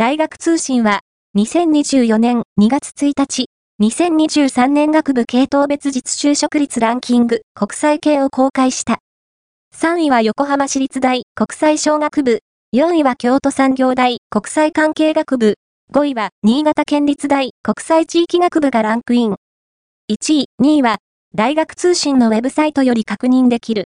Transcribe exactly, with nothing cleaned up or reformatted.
大学通信は、にせんにじゅうよねんにがつついたち、にせんにじゅうさんねん学部系統別実就職率ランキング国際系を公開した。さんいは横浜市立大国際商学部、よんいは京都産業大国際関係学部、ごいは新潟県立大国際地域学部がランクイン。いちい、にいは大学通信のウェブサイトより確認できる。